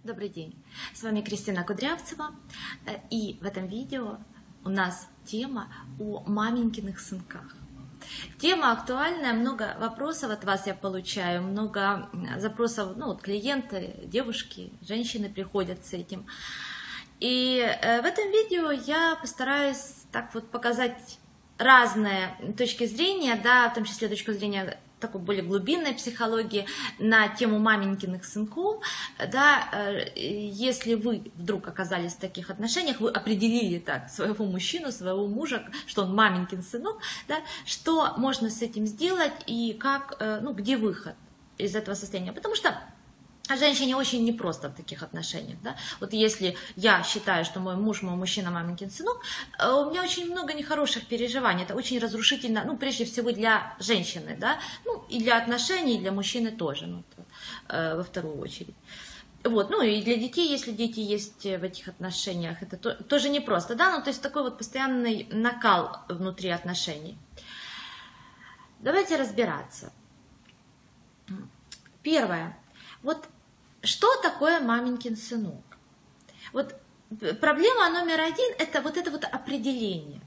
Добрый день, с вами Кристина Кудрявцева, и в этом видео у нас тема о маменькиных сынках. Тема актуальная, много вопросов от вас я получаю, много запросов, клиенты, девушки, женщины приходят с этим. И в этом видео я постараюсь показать разные точки зрения, в том числе точку зрения такой более глубинной психологии на тему маменькиных сынков. Если вы вдруг оказались в таких отношениях, вы определили своего мужчину, своего мужа, что он маменькин сынок, что можно с этим сделать и где выход из этого состояния. Потому что женщине очень непросто в таких отношениях. Вот если я считаю, что мой мужчина, маменькин сынок, у меня очень много нехороших переживаний. Это очень разрушительно, прежде всего для женщины, и для отношений, и для мужчины тоже, во вторую очередь. И для детей, если дети есть в этих отношениях, это тоже непросто, то есть такой постоянный накал внутри отношений. Давайте разбираться. Первое. Что такое маменькин сынок? Проблема номер один – это это определение.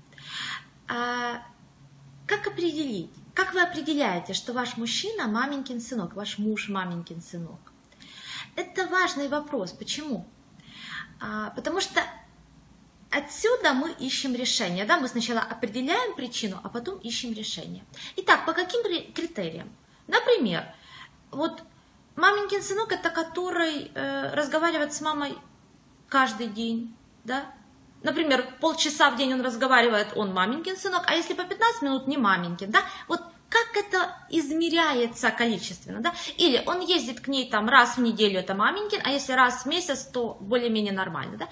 Как определить? Как вы определяете, что ваш мужчина маменькин сынок, ваш муж маменькин сынок? Это важный вопрос. Почему? Потому что отсюда мы ищем решение. Мы сначала определяем причину, а потом ищем решение. Итак, по каким критериям? Например, маменькин сынок – это который разговаривает с мамой каждый день, Например, полчаса в день он разговаривает, он маменькин сынок, а если по 15 минут не маменькин, Как это измеряется количественно, Или он ездит к ней раз в неделю, это маменькин, а если раз в месяц, то более-менее нормально,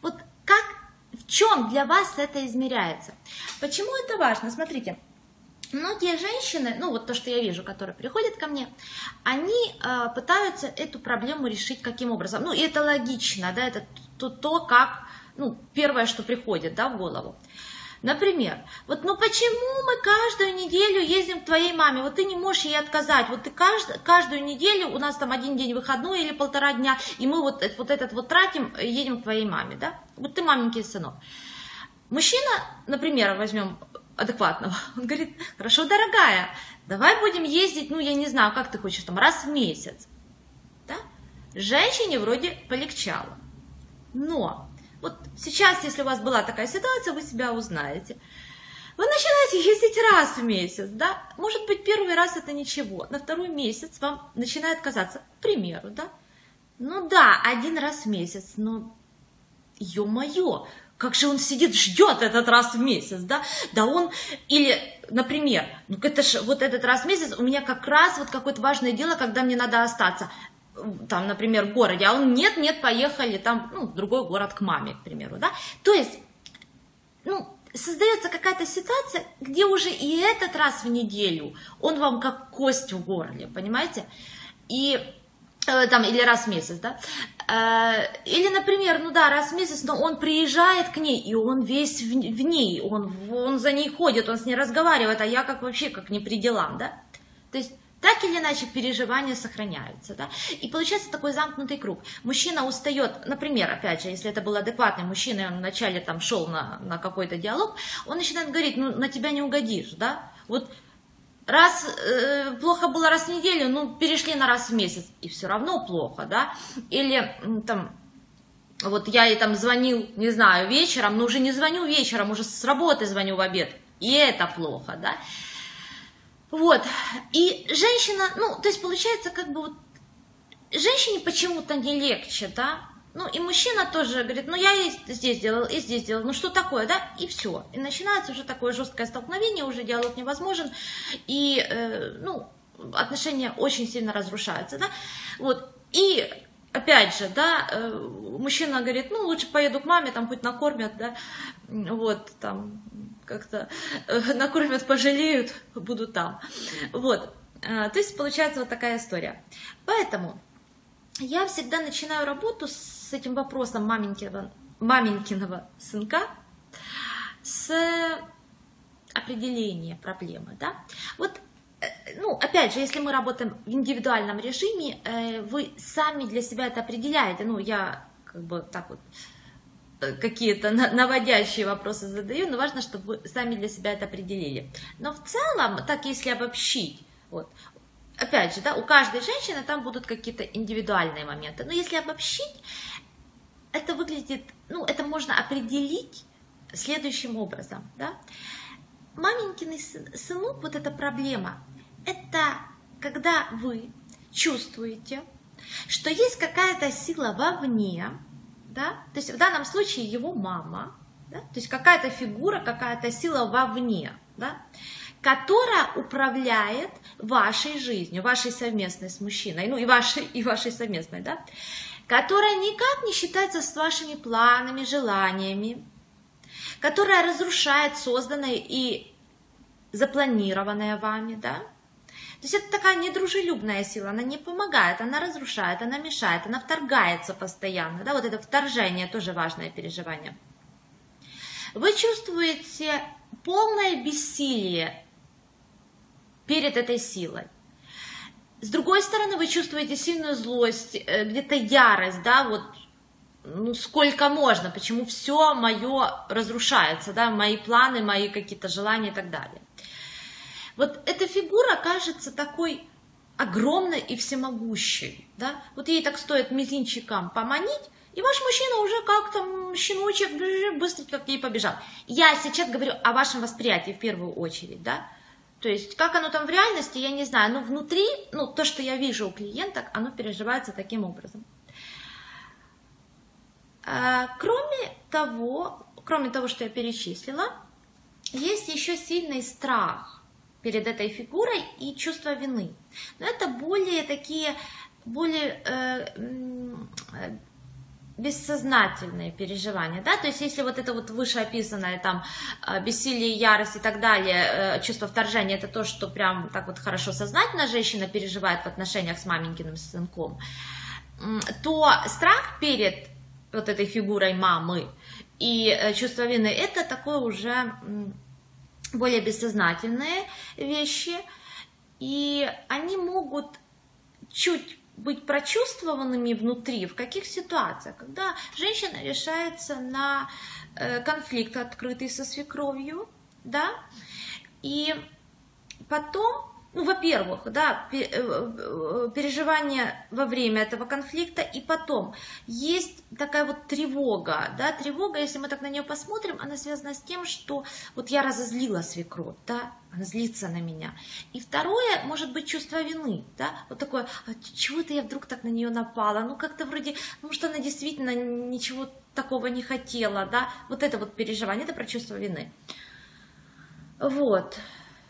В чем для вас это измеряется? Почему это важно? Смотрите. Многие женщины, то, что я вижу, которые приходят ко мне, они пытаются эту проблему решить каким образом. И это логично, это как, первое, что приходит, в голову. Например, почему мы каждую неделю ездим к твоей маме, ты не можешь ей отказать, ты каждую неделю, у нас один день выходной или 1,5 дня, и мы этот тратим, едем к твоей маме, ты маменький сынок. Мужчина, например, возьмем адекватного. Он говорит: хорошо, дорогая, давай будем ездить, я не знаю, как ты хочешь, раз в месяц. Женщине вроде полегчало. Но сейчас, если у вас была такая ситуация, вы себя узнаете. Вы начинаете ездить раз в месяц, Может быть, первый раз это ничего, на второй месяц вам начинает казаться, к примеру, один раз в месяц, ё-моё, как же он сидит, ждет этот раз в месяц, он, или, например, это ж этот раз в месяц у меня как раз какое-то важное дело, когда мне надо остаться, например, в городе, а он, нет, поехали, в другой город к маме, к примеру, То есть, создается какая-то ситуация, где уже и этот раз в неделю он вам как кость в горле, понимаете, или раз в месяц, Или, например, раз в месяц, но он приезжает к ней, и он весь в ней, он за ней ходит, он с ней разговаривает, а я вообще не при делам, То есть, так или иначе, переживания сохраняются, И получается такой замкнутый круг. Мужчина устает, например, опять же, если это был адекватный мужчина, и он вначале шел на какой-то диалог, он начинает говорить: на тебя не угодишь, Раз плохо было раз в неделю, перешли на раз в месяц, и все равно плохо, Или я ей звонил, не знаю, вечером, но уже не звоню вечером, уже с работы звоню в обед, и это плохо, И женщина, то есть получается женщине почему-то не легче, И мужчина тоже говорит: я и здесь делал, что такое, И все. И начинается уже такое жесткое столкновение, уже диалог невозможен, и, отношения очень сильно разрушаются, И, опять же, мужчина говорит: лучше поеду к маме, хоть накормят, как-то накормят, пожалеют, буду там, То есть получается такая история. Поэтому я всегда начинаю работу с этим вопросом маменькиного сынка с определения проблемы. ну, опять же, если мы работаем в индивидуальном режиме, вы сами для себя это определяете. Ну, я как бы так вот какие-то наводящие вопросы задаю, но важно, чтобы вы сами для себя это определили. Но в целом, так если обобщить, вот, опять же, да, у каждой женщины там будут какие-то индивидуальные моменты. Но если обобщить, это выглядит, ну, это можно определить следующим образом, да. Маменькин сынок, вот эта проблема, это когда вы чувствуете, что есть какая-то сила вовне, да, то есть в данном случае его мама, да, то есть какая-то фигура, какая-то сила вовне, да, которая управляет вашей жизнью, вашей совместной с мужчиной, ну и вашей совместной, да, которая никак не считается с вашими планами, желаниями, которая разрушает созданное и запланированное вами, да. То есть это такая недружелюбная сила, она не помогает, она разрушает, она мешает, она вторгается постоянно, да, вот это вторжение тоже важное переживание. Вы чувствуете полное бессилие перед этой силой. С другой стороны, вы чувствуете сильную злость, где-то ярость, да, вот, ну, сколько можно, почему все мое разрушается, да, мои планы, мои какие-то желания и так далее. Вот эта фигура кажется такой огромной и всемогущей, да, вот ей так стоит мизинчиком поманить, и ваш мужчина уже как там щеночек быстренько к ней побежал. Я сейчас говорю о вашем восприятии в первую очередь, да, то есть как оно там в реальности, я не знаю, но внутри, ну, то, что я вижу у клиенток, оно переживается таким образом. Кроме того, что я перечислила, есть еще сильный страх перед этой фигурой и чувство вины. Но это более бессознательные переживания, да, то есть если вот это вот вышеописанное там бессилие, ярость и так далее, чувство вторжения, это то, что прям так вот хорошо сознательно женщина переживает в отношениях с маменькиным сынком, то страх перед вот этой фигурой мамы и чувство вины, это такое уже более бессознательные вещи, и они могут чуть быть прочувствованными внутри, в каких ситуациях, когда женщина решается на конфликт открытый со свекровью, да, и потом, ну, во-первых, да, переживание во время этого конфликта, и потом есть такая вот тревога, да, тревога, если мы так на нее посмотрим, она связана с тем, что вот я разозлила свекровь, да, она злится на меня. И второе, может быть, чувство вины, да, вот такое, чего-то я вдруг так на нее напала, ну, как-то вроде, ну, может, она действительно ничего такого не хотела, да, вот это вот переживание, это про чувство вины. Вот.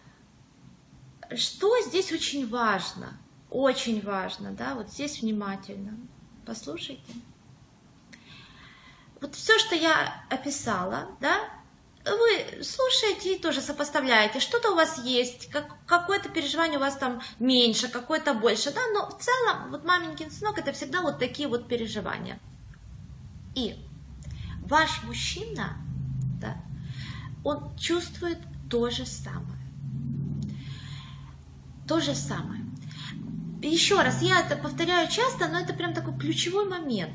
Что здесь очень важно, да, вот здесь внимательно послушайте. Вот все, что я описала, да, вы слушаете и тоже сопоставляете, что-то у вас есть, какое-то переживание у вас там меньше, какое-то больше, да, но в целом вот маменькин сынок это всегда вот такие вот переживания. И ваш мужчина, да, он чувствует то же самое. То же самое. Еще раз, я это повторяю часто, но это прям такой ключевой момент.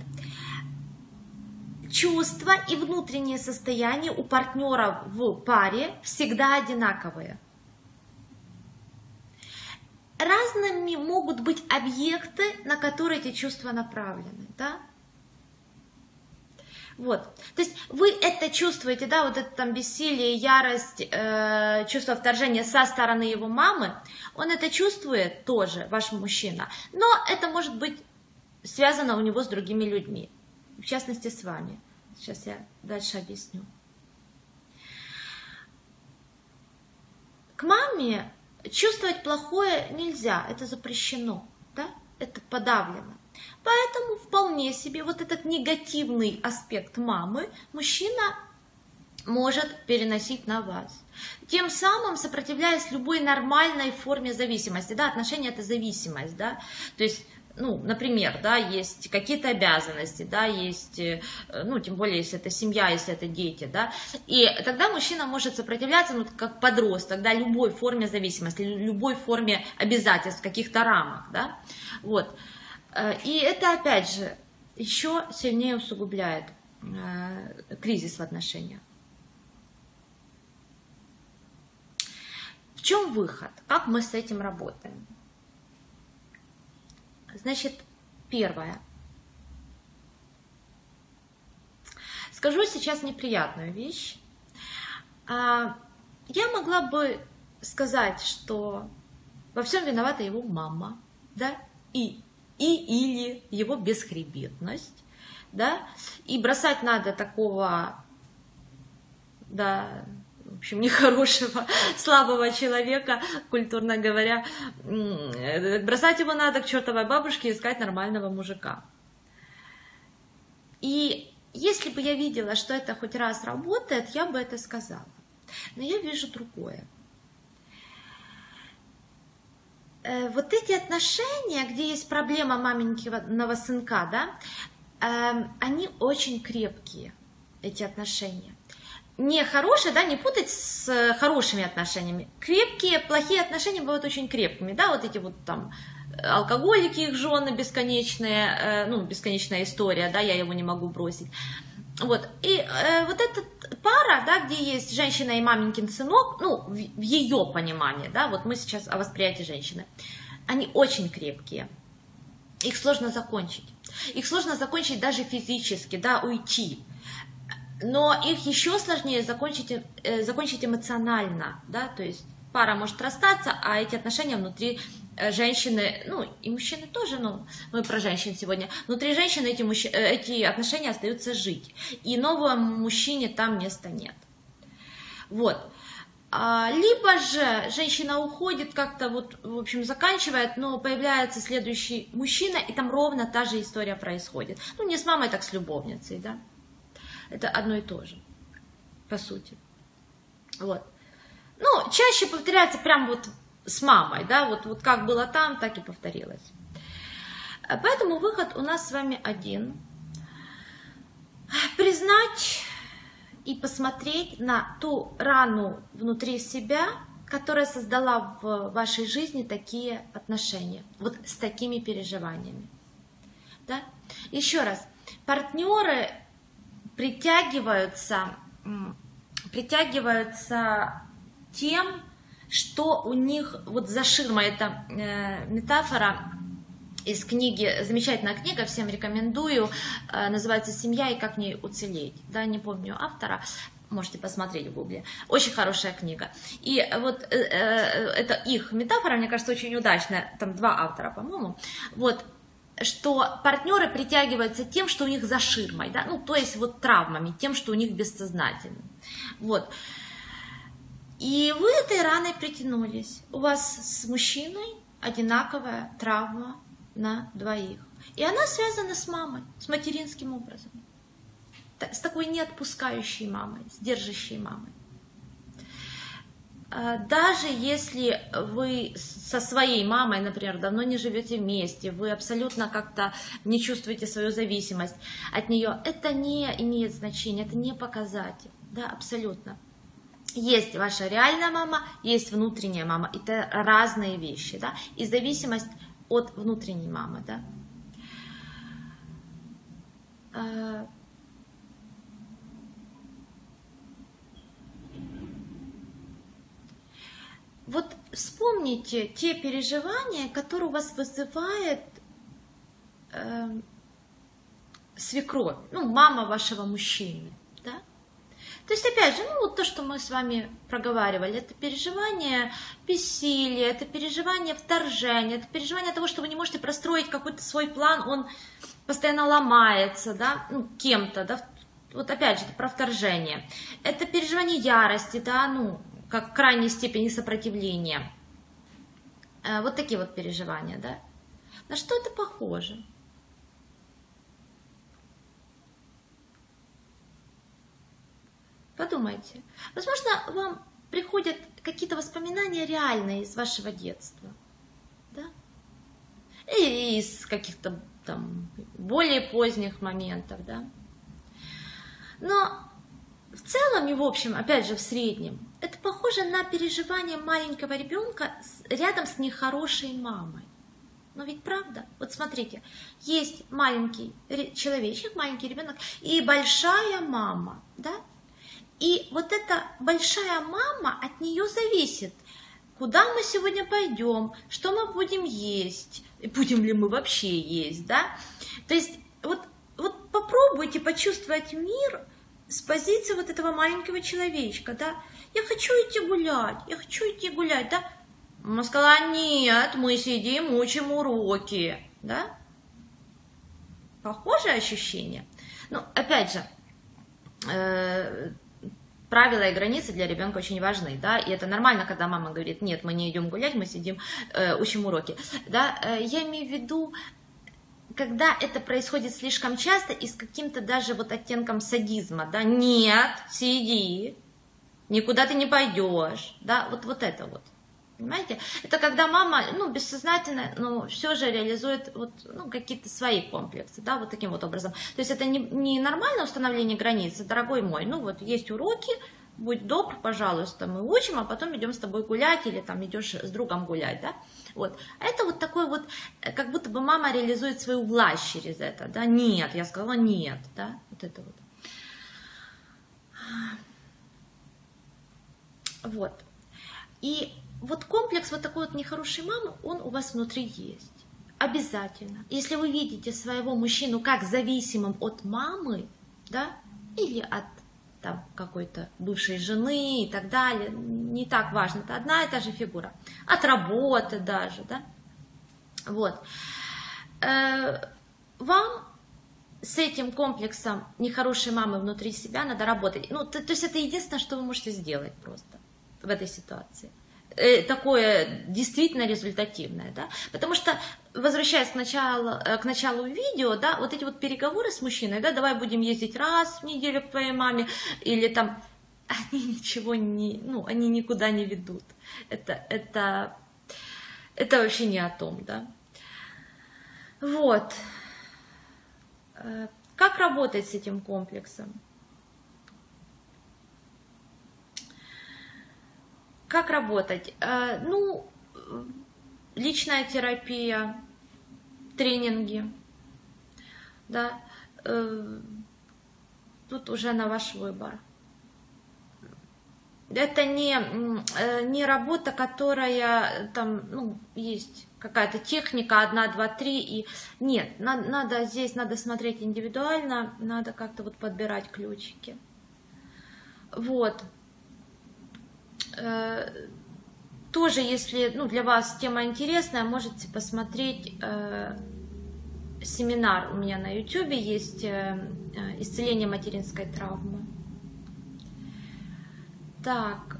Чувства и внутреннее состояние у партнера в паре всегда одинаковые. Разными могут быть объекты, на которые эти чувства направлены, да? Вот, то есть вы это чувствуете, да, вот это там бессилие, ярость, чувство вторжения со стороны его мамы, он это чувствует тоже, ваш мужчина, но это может быть связано у него с другими людьми, в частности с вами. Сейчас я дальше объясню. К маме чувствовать плохое нельзя, это запрещено, да, это подавлено. Поэтому вполне себе вот этот негативный аспект мамы мужчина может переносить на вас. Тем самым сопротивляясь любой нормальной форме зависимости. Да, отношения – это зависимость. Да? То есть ну, например, да, есть какие-то обязанности, да, есть, ну, тем более, если это семья, если это дети, да, и тогда мужчина может сопротивляться, ну, как подросток, да, любой форме зависимости, любой форме обязательств, каких-то рамок, да, вот. И это, опять же, еще сильнее усугубляет кризис в отношениях. В чем выход? Как мы с этим работаем? Значит, первое. Скажу сейчас неприятную вещь. Я могла бы сказать, что во всем виновата его мама, да, или его бесхребетность, да, и бросать надо такого, да, в общем, нехорошего, слабого человека, культурно говоря, бросать его надо к чертовой бабушке и искать нормального мужика. И если бы я видела, что это хоть раз работает, я бы это сказала. Но я вижу другое. Вот эти отношения, где есть проблема маменькиного сынка, да, они очень крепкие, эти отношения. Не хорошие, да, не путать с хорошими отношениями. Крепкие, плохие отношения бывают очень крепкими, да, вот эти вот там алкоголики, их жены бесконечные, ну, бесконечная история, да, я его не могу бросить. Вот, и вот эта пара, да, где есть женщина и маменькин сынок, ну, в ее понимании, да, вот мы сейчас о восприятии женщины, они очень крепкие, их сложно закончить. Их сложно закончить даже физически, да, уйти. Но их еще сложнее закончить эмоционально, да, то есть пара может расстаться, а эти отношения внутри женщины, ну и мужчины тоже, но мы про женщин сегодня, внутри женщины эти отношения остаются жить, и новому мужчине там места нет. Вот. Либо же женщина уходит как-то, вот, в общем, заканчивает, но появляется следующий мужчина, и там ровно та же история происходит. Ну, не с мамой, так с любовницей, да. Это одно и то же, по сути. Вот. Ну, чаще повторяется прям вот с мамой, да, вот как было там, так и повторилось. Поэтому выход у нас с вами один. Признать и посмотреть на ту рану внутри себя, которая создала в вашей жизни такие отношения, вот с такими переживаниями. Да? Еще раз, партнеры притягиваются тем, что у них вот за ширмой, это метафора из книги, замечательная книга, всем рекомендую, называется «Семья и как в ней уцелеть». Да, не помню автора, можете посмотреть в гугле. Очень хорошая книга. И вот это их метафора, мне кажется, очень удачная, там 2 автора, по-моему. Вот, что партнеры притягиваются тем, что у них за ширмой, да, ну, то есть вот травмами, тем, что у них бессознательно. Вот. И вы этой раной притянулись. У вас с мужчиной одинаковая травма на двоих. И она связана с мамой, с материнским образом. С такой неотпускающей мамой, с держащей мамой. Даже если вы со своей мамой, например, давно не живете вместе, вы абсолютно как-то не чувствуете свою зависимость от нее, это не имеет значения, это не показатель, да, абсолютно. Есть ваша реальная мама, есть внутренняя мама, это разные вещи, да, и зависимость от внутренней мамы, да. Вот вспомните те переживания, которые у вас вызывает свекровь, ну, мама вашего мужчины, да? То есть, опять же, ну, вот то, что мы с вами проговаривали, это переживание бессилия, это переживание вторжения, это переживание того, что вы не можете простроить какой-то свой план, он постоянно ломается, да, ну, кем-то, да, вот опять же, это про вторжение. Это переживание ярости, да, ну, как крайней степени сопротивления. Вот такие вот переживания, да. На что это похоже? Подумайте. Возможно, вам приходят какие-то воспоминания реальные из вашего детства. Да? и из каких-то там более поздних моментов, да. Но в целом и в общем, опять же в среднем, это похоже на переживание маленького ребенка рядом с нехорошей мамой. Но ведь правда? Вот смотрите, есть маленький человечек, маленький ребенок и большая мама, да? И вот эта большая мама, от нее зависит, куда мы сегодня пойдем, что мы будем есть, будем ли мы вообще есть, да? То есть вот попробуйте почувствовать мир с позиции вот этого маленького человечка, да? Я хочу идти гулять, да? Мама сказала, нет, мы сидим, учим уроки, да? Похожее ощущение? Ну, опять же, правила и границы для ребенка очень важны, да, и это нормально, когда мама говорит, нет, мы не идем гулять, мы сидим, учим уроки, да, я имею в виду, когда это происходит слишком часто и с каким-то даже вот оттенком садизма, да, нет, сиди, никуда ты не пойдешь, да, вот это вот. Понимаете? Это когда мама, бессознательно, все же реализует какие-то свои комплексы, да, вот таким вот образом. То есть это не нормальное установление границ, дорогой мой, есть уроки, будь добр, пожалуйста, мы учим, а потом идем с тобой гулять или там идешь с другом гулять, да. Вот. А это вот такой вот, как будто бы мама реализует свою власть через это, да. Нет, я сказала нет, да, вот это вот. Вот. И вот комплекс вот такой вот нехорошей мамы, он у вас внутри есть. Обязательно. Если вы видите своего мужчину как зависимым от мамы, да, или от там какой-то бывшей жены и так далее, не так важно, это одна и та же фигура. От работы даже, да. Вот. Вам с этим комплексом нехорошей мамы внутри себя надо работать. То есть это единственное, что вы можете сделать просто в этой ситуации. Такое действительно результативное, да, потому что, возвращаясь к началу видео, да, вот эти вот переговоры с мужчиной, да, давай будем ездить раз в неделю к твоей маме, или там, они ничего они никуда не ведут, это вообще не о том, да, вот, как работать с этим комплексом? Как работать? Личная терапия, тренинги, да, тут уже на ваш выбор. Это не работа, которая там, есть какая-то техника, 1, 2, 3, и нет, здесь надо смотреть индивидуально, надо как-то вот подбирать ключики. Вот. Тоже, если для вас тема интересная, можете посмотреть семинар у меня на YouTube, есть исцеление материнской травмы. Так.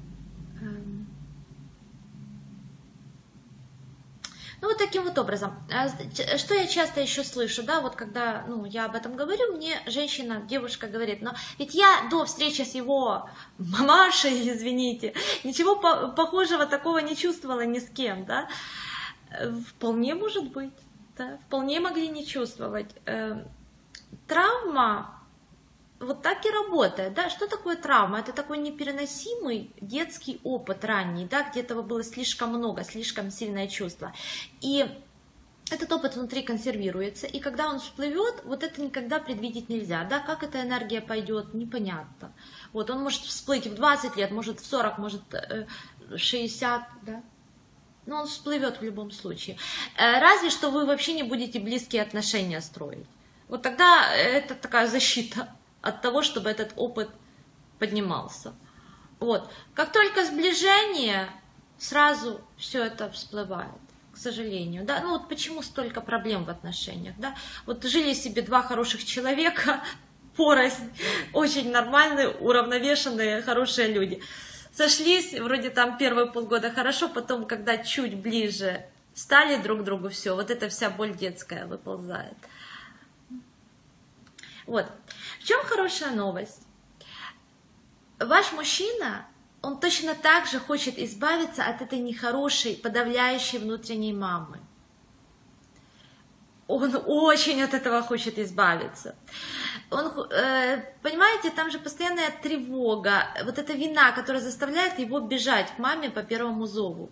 Вот таким вот образом. Что я часто еще слышу, да, вот когда, я об этом говорю, мне девушка говорит, но ведь я до встречи с его мамашей, извините, ничего похожего такого не чувствовала ни с кем, да. Вполне может быть, да, вполне могли не чувствовать. Травма вот так и работает, да. Что такое травма? Это такой непереносимый детский опыт ранний, да, где этого было слишком много, слишком сильное чувство. И этот опыт внутри консервируется, и когда он всплывет, вот это никогда предвидеть нельзя, да, как эта энергия пойдет, непонятно. Вот он может всплыть в 20 лет, может в 40, может в 60, да. Но он всплывет в любом случае. Разве что вы вообще не будете близкие отношения строить. Вот тогда это такая защита от того, чтобы этот опыт поднимался. Вот. Как только сближение, сразу все это всплывает, к сожалению. Да? Вот почему столько проблем в отношениях. Да? Вот жили себе 2 хороших человека, порознь, очень нормальные, уравновешенные, хорошие люди. Сошлись, вроде там первые полгода хорошо, потом, когда чуть ближе стали друг к другу, все, вот эта вся боль детская выползает. Вот. В чем хорошая новость? Ваш мужчина, он точно так же хочет избавиться от этой нехорошей, подавляющей внутренней мамы. он очень от этого хочет избавиться. Он, понимаете, там же постоянная тревога, вот эта вина, которая заставляет его бежать к маме по первому зову.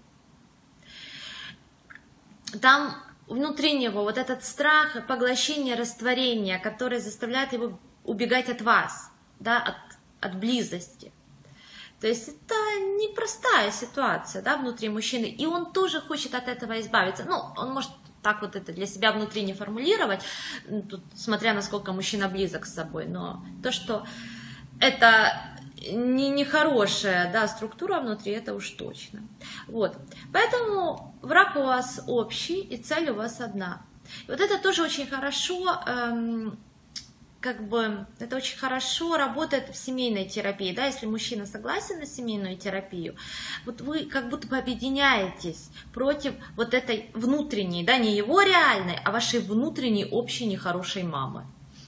Там внутри него вот этот страх, поглощение, растворение, которое заставляет его убегать от вас, да, от близости. То есть это непростая ситуация, да, внутри мужчины, и он тоже хочет от этого избавиться. Ну, он может так вот это для себя внутри не формулировать, тут, смотря насколько мужчина близок с собой, но то, что это не хорошая, да, структура внутри, это уж точно. Вот. Поэтому враг у вас общий, и цель у вас одна. И вот это тоже очень хорошо, это очень хорошо работает в семейной терапии, да, если мужчина согласен на семейную терапию, вот вы как будто бы объединяетесь против вот этой внутренней, да, не его реальной, а вашей внутренней общей нехорошей мамы.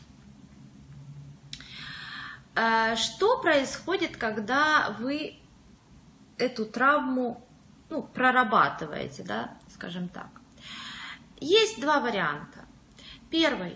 Что происходит, когда вы эту травму, ну, прорабатываете, да, скажем так? Есть два варианта. Первый.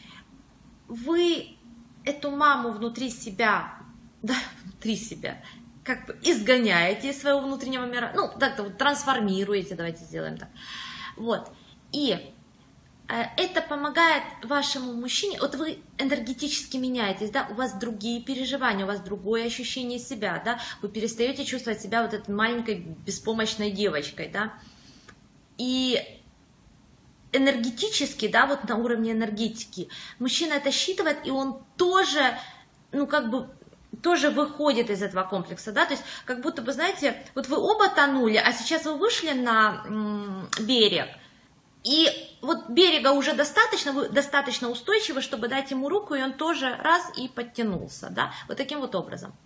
Вы эту маму внутри себя, да, внутри себя, как бы изгоняете из своего внутреннего мира, ну, так-то вот трансформируете, давайте сделаем так. Вот. И это помогает вашему мужчине, вот вы энергетически меняетесь, да, у вас другие переживания, у вас другое ощущение себя, да, вы перестаете чувствовать себя вот этой маленькой беспомощной девочкой, да, и энергетически, да, вот на уровне энергетики, мужчина это считывает, и он тоже, ну, как бы, тоже выходит из этого комплекса, да, то есть, как будто бы, знаете, вот вы оба тонули, а сейчас вы вышли на берег, и вот берега уже достаточно, вы достаточно устойчивы, чтобы дать ему руку, и он тоже раз и подтянулся, да, вот таким вот образом.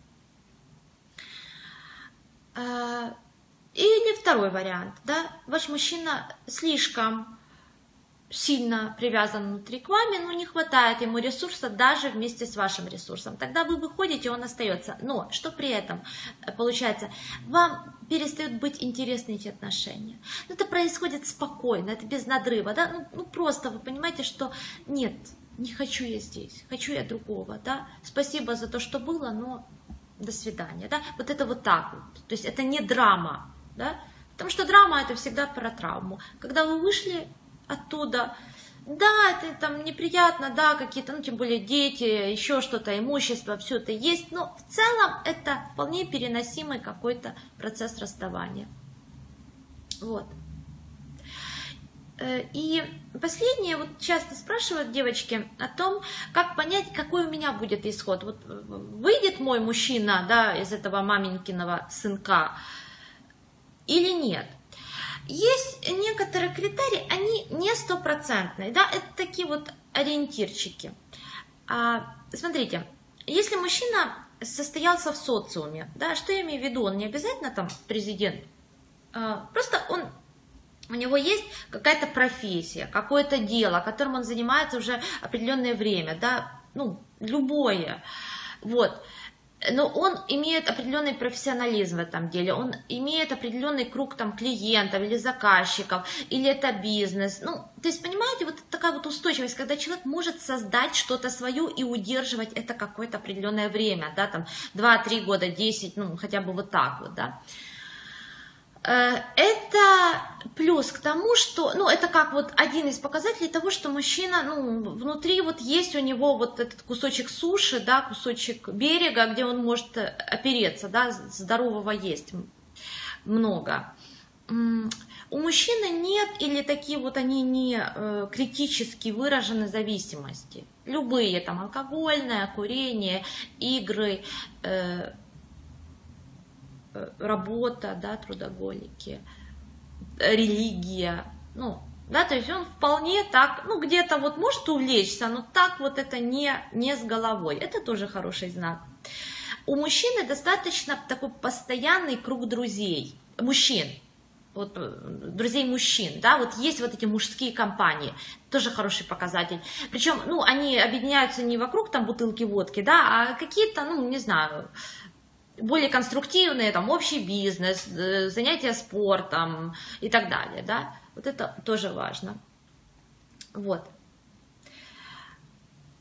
Или второй вариант, да, ваш мужчина слишком сильно привязан внутри к вами, но не хватает ему ресурса даже вместе с вашим ресурсом. Тогда вы выходите, он остается. Но что при этом получается? Вам перестают быть интересны эти отношения. Но это происходит спокойно, это без надрыва. Да? Ну просто вы понимаете, что нет, не хочу я здесь, хочу я другого. Да? Спасибо за то, что было, но до свидания. Да? Вот это вот так вот. То есть это не драма. Да? Потому что драма это всегда про травму. Когда вы вышли оттуда, да, это там неприятно, да, какие-то, ну, тем более дети, еще что-то, имущество, все это есть, но в целом это вполне переносимый какой-то процесс расставания. Вот. И последнее, вот часто спрашивают девочки о том, как понять, какой у меня будет исход. Вот выйдет мой мужчина, да, из этого маменькиного сынка или нет. Есть некоторые критерии, они не стопроцентные, да, это такие вот ориентирчики. Смотрите, если мужчина состоялся в социуме, да, что я имею в виду, он не обязательно там президент, просто у него есть какая-то профессия, какое-то дело, которым он занимается уже определенное время, да, ну, любое, вот. Но он имеет определенный профессионализм в этом деле, он имеет определенный круг там клиентов или заказчиков, или это бизнес. Ну, то есть, понимаете, вот такая вот устойчивость, когда человек может создать что-то свое и удерживать это какое-то определенное время, да, там 2-3 года, 10, ну, хотя бы вот так вот, да. Это плюс к тому, что, ну, это как вот один из показателей того, что мужчина, ну, внутри вот есть у него вот этот кусочек суши, да, кусочек берега, где он может опереться, да, здорового есть много. У мужчины нет или такие вот они не критически выражены зависимости. Любые там алкогольное, курение, игры, работа, да, трудоголики, религия, ну, да, то есть он вполне так, ну, где-то вот может увлечься, но так вот это не с головой, это тоже хороший знак. У мужчины достаточно такой постоянный круг друзей, мужчин, вот, друзей мужчин, да, вот есть вот эти мужские компании, тоже хороший показатель, причем, ну, они объединяются не вокруг там бутылки водки, да, а какие-то, ну, не знаю, более конструктивные, там, общий бизнес, занятия спортом и так далее, да, вот это тоже важно, вот.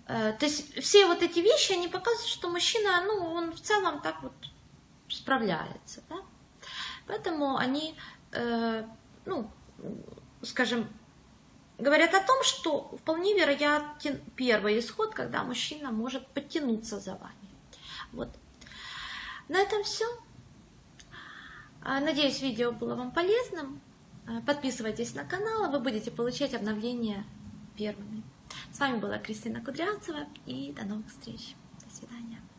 То есть все вот эти вещи, они показывают, что мужчина, ну, он в целом так вот справляется, да? Поэтому они, ну, скажем, говорят о том, что вполне вероятен первый исход, когда мужчина может подтянуться за вами. Вот. На этом все. Надеюсь, видео было вам полезным. Подписывайтесь на канал, вы будете получать обновления первыми. С вами была Кристина Кудрявцева, и до новых встреч. До свидания.